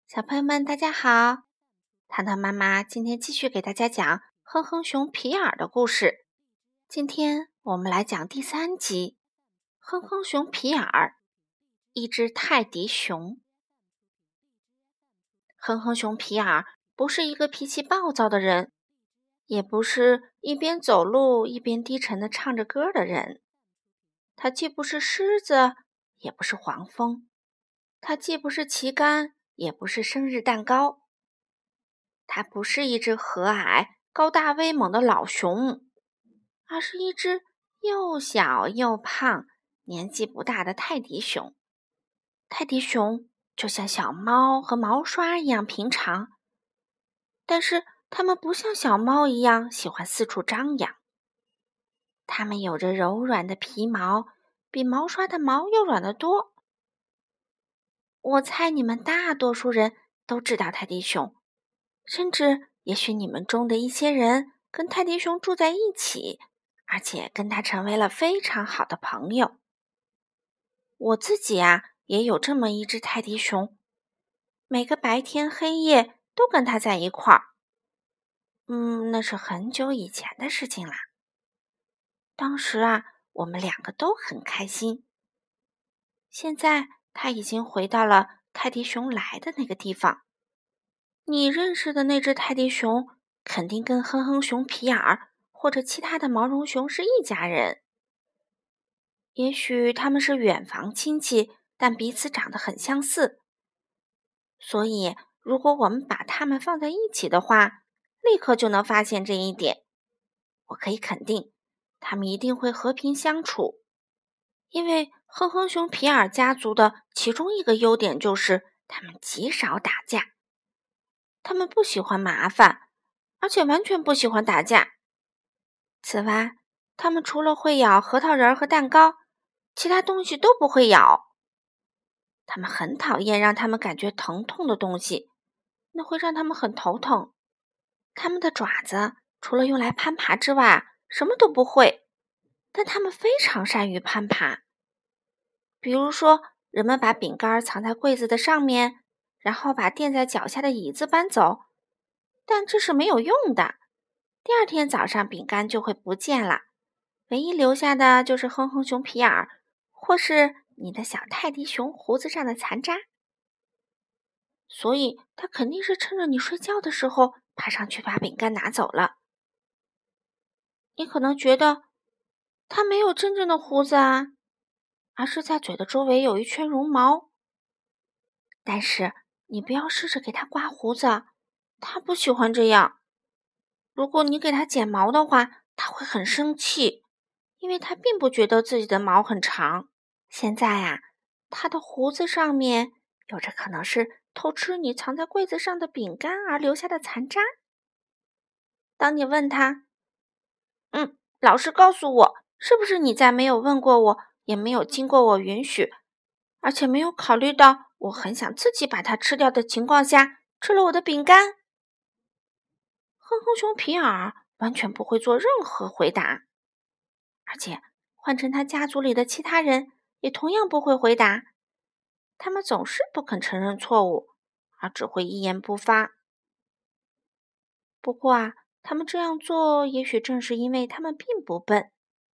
小朋友们，大家好！糖糖妈妈今天继续给大家讲哼哼熊皮尔的故事。今天我们来讲第3集，哼哼熊皮尔，一只泰迪熊。哼哼熊皮尔不是一个脾气暴躁的人，也不是一边走路一边低沉地唱着歌的人。他既不是狮子，也不是黄蜂，他既不是旗杆，也不是生日蛋糕。它不是一只和蔼、高大威猛的老熊，而是一只又小又胖、年纪不大的泰迪熊。泰迪熊就像小猫和毛刷一样平常，但是它们不像小猫一样喜欢四处张扬。它们有着柔软的皮毛，比毛刷的毛要软得多。我猜你们大多数人都知道泰迪熊，甚至也许你们中的一些人跟泰迪熊住在一起，而且跟他成为了非常好的朋友。我自己也有这么一只泰迪熊，每个白天黑夜都跟他在一块儿。那是很久以前的事情啦。当时我们2个都很开心。现在他已经回到了泰迪熊来的那个地方。你认识的那只泰迪熊肯定跟哼哼熊皮尔或者其他的毛绒熊是一家人。也许他们是远房亲戚，但彼此长得很相似。所以如果我们把它们放在一起的话，立刻就能发现这一点。我可以肯定，他们一定会和平相处。因为哼哼熊皮尔家族的其中一个优点就是他们极少打架。他们不喜欢麻烦，而且完全不喜欢打架。此外，他们除了会咬核桃仁和蛋糕，其他东西都不会咬。他们很讨厌让他们感觉疼痛的东西，那会让他们很头疼。他们的爪子除了用来攀爬之外，什么都不会，但他们非常善于攀爬。比如说，人们把饼干藏在柜子的上面，然后把垫在脚下的椅子搬走，但这是没有用的。第2天早上，饼干就会不见了，唯一留下的就是哼哼熊皮尔，或是你的小泰迪熊胡子上的残渣。所以，他肯定是趁着你睡觉的时候爬上去把饼干拿走了。你可能觉得他没有真正的胡子而是在嘴的周围有一圈绒毛。但是你不要试着给他刮胡子，他不喜欢这样。如果你给他剪毛的话，他会很生气，因为他并不觉得自己的毛很长。现在他的胡子上面有着可能是偷吃你藏在柜子上的饼干而留下的残渣。当你问他，老实告诉我，是不是你在没有问过我，也没有经过我允许，而且没有考虑到我很想自己把它吃掉的情况下，吃了我的饼干？哼哼熊皮尔完全不会做任何回答，而且换成他家族里的其他人也同样不会回答。他们总是不肯承认错误，而只会一言不发。不过他们这样做也许正是因为他们并不笨。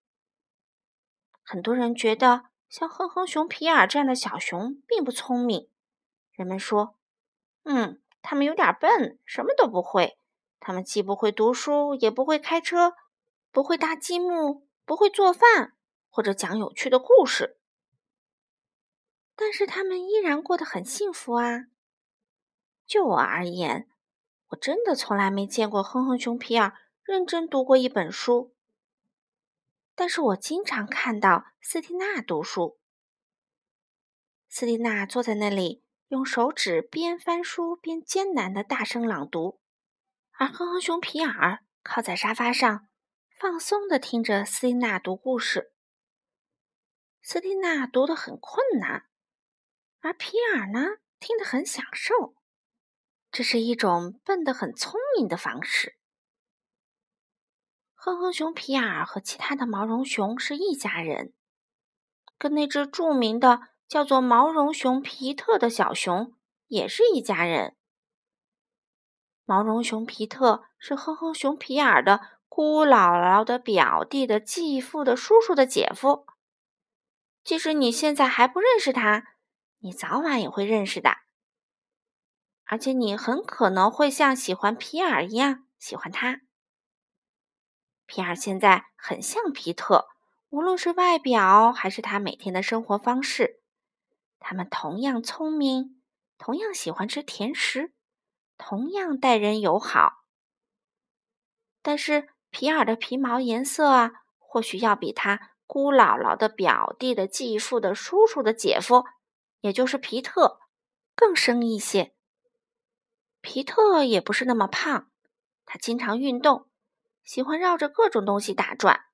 很多人觉得像哼哼熊皮尔这样的小熊并不聪明。人们说，他们有点笨，什么都不会。他们既不会读书，也不会开车，不会搭积木，不会做饭，或者讲有趣的故事。但是他们依然过得很幸福就我而言，我真的从来没见过哼哼熊皮尔认真读过一本书。但是我经常看到斯蒂娜读书。斯蒂娜坐在那里，用手指边翻书边艰难地大声朗读，而哼哼熊皮尔靠在沙发上，放松地听着斯蒂娜读故事。斯蒂娜读得很困难，而皮尔呢，听得很享受。这是一种笨得很聪明的方式。哼哼熊皮尔和其他的毛绒熊是一家人，跟那只著名的叫做毛绒熊皮特的小熊也是一家人。毛绒熊皮特是哼哼熊皮尔的姑姥姥的表弟的继父的叔叔的姐夫。即使你现在还不认识他，你早晚也会认识的。而且你很可能会像喜欢皮尔一样喜欢他。皮尔现在很像皮特，无论是外表还是他每天的生活方式。他们同样聪明，同样喜欢吃甜食，同样待人友好。但是皮尔的皮毛颜色啊，或许要比他姑姥姥的表弟的继父的叔叔的姐夫，也就是皮特，更深一些。皮特也不是那么胖，他经常运动，喜欢绕着各种东西打转。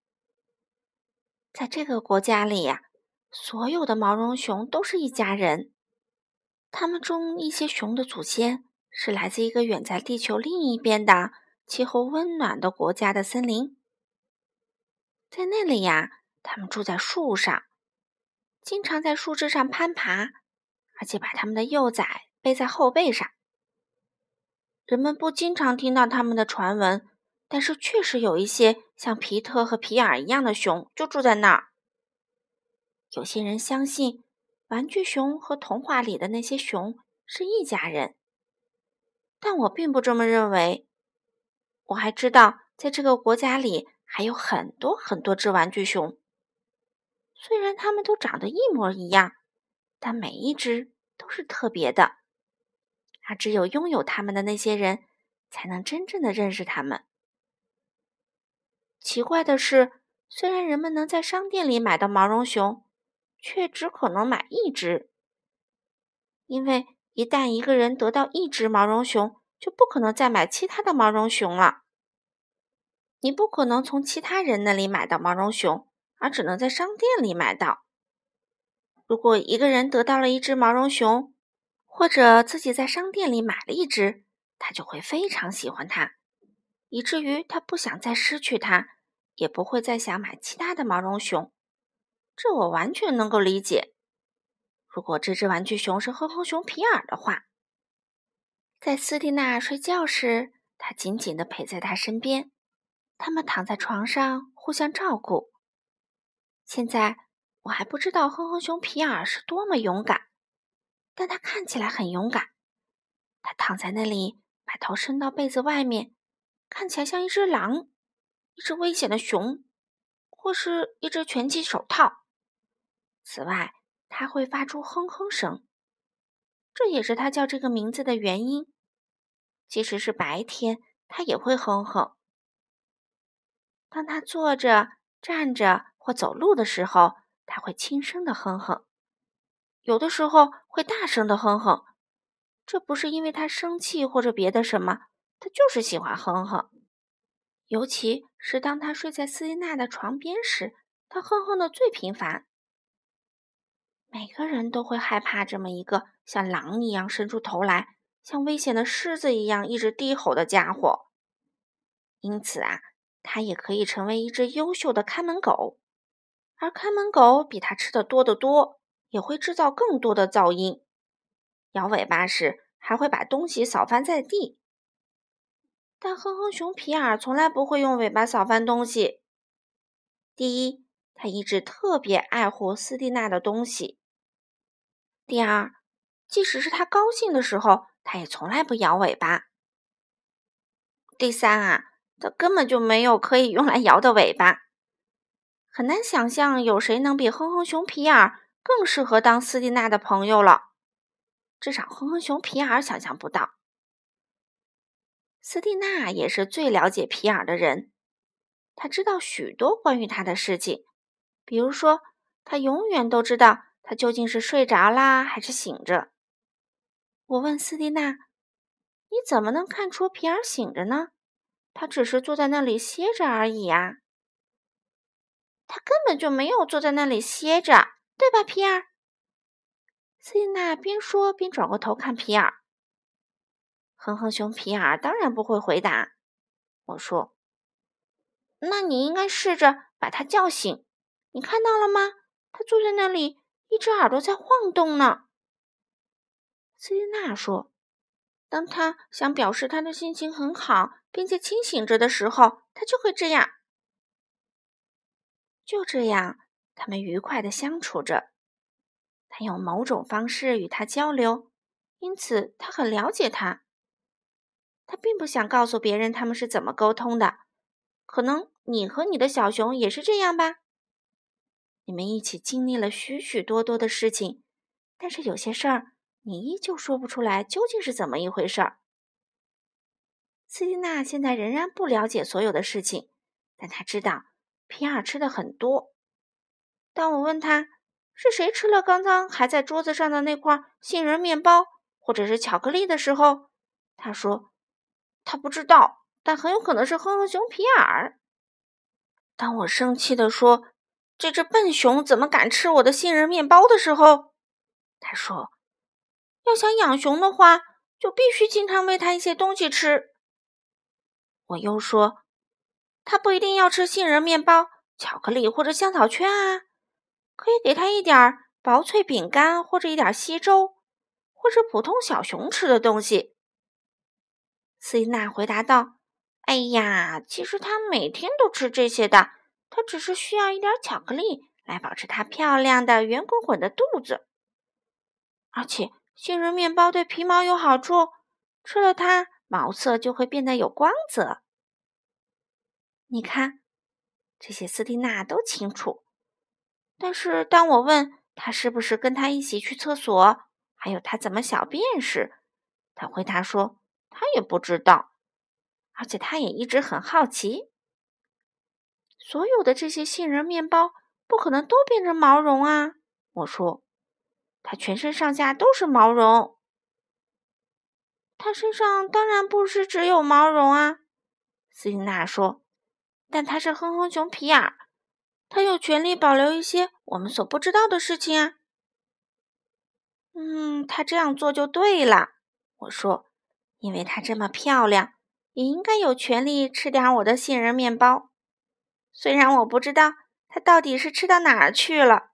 在这个国家里呀，所有的毛绒熊都是一家人。他们中一些熊的祖先是来自一个远在地球另一边的气候温暖的国家的森林。在那里呀，他们住在树上，经常在树枝上攀爬，而且把他们的幼崽背在后背上。人们不经常听到他们的传闻，但是确实有一些像皮特和皮尔一样的熊就住在那儿。有些人相信玩具熊和童话里的那些熊是一家人，但我并不这么认为。我还知道在这个国家里还有很多很多只玩具熊，虽然它们都长得一模一样，但每一只都是特别的，而只有拥有它们的那些人才能真正的认识它们。奇怪的是，虽然人们能在商店里买到毛绒熊，却只可能买一只。因为一旦一个人得到一只毛绒熊，就不可能再买其他的毛绒熊了。你不可能从其他人那里买到毛绒熊，而只能在商店里买到。如果一个人得到了一只毛绒熊，或者自己在商店里买了一只，他就会非常喜欢它，以至于他不想再失去它，也不会再想买其他的毛绒熊。这我完全能够理解。如果这只玩具熊是哼哼熊皮尔的话，在斯蒂娜睡觉时，他紧紧地陪在她身边，他们躺在床上互相照顾。现在我还不知道哼哼熊皮尔是多么勇敢，但他看起来很勇敢。他躺在那里，把头伸到被子外面，看起来像一只狼，一只危险的熊，或是一只拳击手套。此外，他会发出哼哼声，这也是他叫这个名字的原因。即使是白天，他也会哼哼。当他坐着、站着或走路的时候，他会轻声的哼哼，有的时候会大声的哼哼。这不是因为他生气或者别的什么，他就是喜欢哼哼。尤其是当他睡在斯蒂娜的床边时，他哼哼的最频繁。每个人都会害怕这么一个像狼一样伸出头来，像危险的狮子一样一直低吼的家伙。因此啊，它也可以成为一只优秀的看门狗，而看门狗比它吃得多得多，也会制造更多的噪音。摇尾巴时还会把东西扫翻在地。但哼哼熊皮尔从来不会用尾巴扫翻东西。第一，他一直特别爱护斯蒂娜的东西。第二，即使是他高兴的时候，他也从来不摇尾巴。第三啊，他根本就没有可以用来摇的尾巴。很难想象有谁能比哼哼熊皮尔更适合当斯蒂娜的朋友了。至少哼哼熊皮尔想象不到。斯蒂娜也是最了解皮尔的人，他知道许多关于他的事情，比如说，他永远都知道他究竟是睡着啦还是醒着。我问斯蒂娜：“你怎么能看出皮尔醒着呢？他只是坐在那里歇着而已啊。”他根本就没有坐在那里歇着，对吧，皮尔？斯蒂娜边说边转过头看皮尔。哼哼熊皮尔当然不会回答。我说：“那你应该试着把他叫醒。你看到了吗？他坐在那里，一只耳朵在晃动呢。” 斯蒂娜说，当他想表示他的心情很好，并且清醒着的时候，他就会这样。就这样，他们愉快地相处着。他用某种方式与他交流，因此他很了解他。他并不想告诉别人他们是怎么沟通的。可能你和你的小熊也是这样吧？你们一起经历了许许多多的事情，但是有些事儿你依旧说不出来究竟是怎么一回事儿。斯蒂娜现在仍然不了解所有的事情，但她知道皮尔吃的很多。当我问他是谁吃了刚刚还在桌子上的那块杏仁面包或者是巧克力的时候，他说他不知道，但很有可能是哼哼熊皮尔。当我生气地说这只笨熊怎么敢吃我的杏仁面包的时候，他说要想养熊的话，就必须经常喂它一些东西吃。我又说他不一定要吃杏仁面包、巧克力或者香草圈啊，可以给他一点薄脆饼干或者一点稀粥，或者普通小熊吃的东西。斯蒂娜回答道，哎呀，其实他每天都吃这些的，他只是需要一点巧克力来保持他漂亮的圆滚滚的肚子。而且杏仁面包对皮毛有好处，吃了它毛色就会变得有光泽。你看，这些斯蒂娜都清楚。但是当我问他是不是跟他一起去厕所，还有他怎么小便时，他回答说他也不知道，而且他也一直很好奇。所有的这些杏仁面包不可能都变成毛绒啊，我说，他全身上下都是毛绒。他身上当然不是只有毛绒啊，斯蒂娜说，但他是哼哼熊皮尔，他有权利保留一些我们所不知道的事情啊。他这样做就对了，我说，因为她这么漂亮，也应该有权利吃点我的杏仁面包。虽然我不知道她到底是吃到哪儿去了。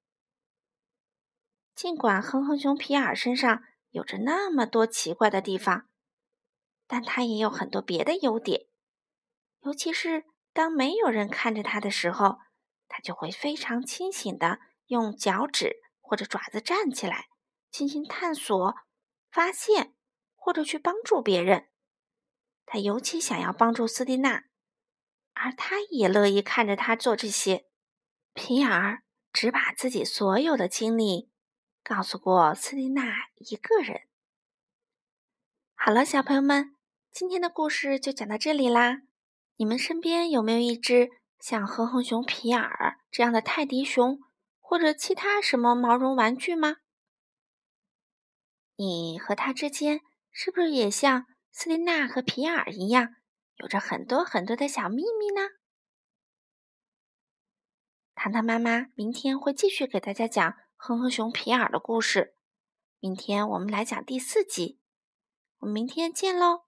尽管哼哼熊皮尔身上有着那么多奇怪的地方，但他也有很多别的优点，尤其是当没有人看着他的时候，他就会非常清醒地用脚趾或者爪子站起来，进行探索、发现或者去帮助别人。他尤其想要帮助斯蒂娜，而他也乐意看着他做这些。皮尔只把自己所有的经历告诉过斯蒂娜一个人。好了，小朋友们，今天的故事就讲到这里啦。你们身边有没有一只像哼哼熊皮尔这样的泰迪熊，或者其他什么毛绒玩具吗？你和它之间是不是也像斯蒂娜和皮尔一样，有着很多很多的小秘密呢？糖糖妈妈明天会继续给大家讲哼哼熊皮尔的故事。明天我们来讲第4集，我们明天见喽。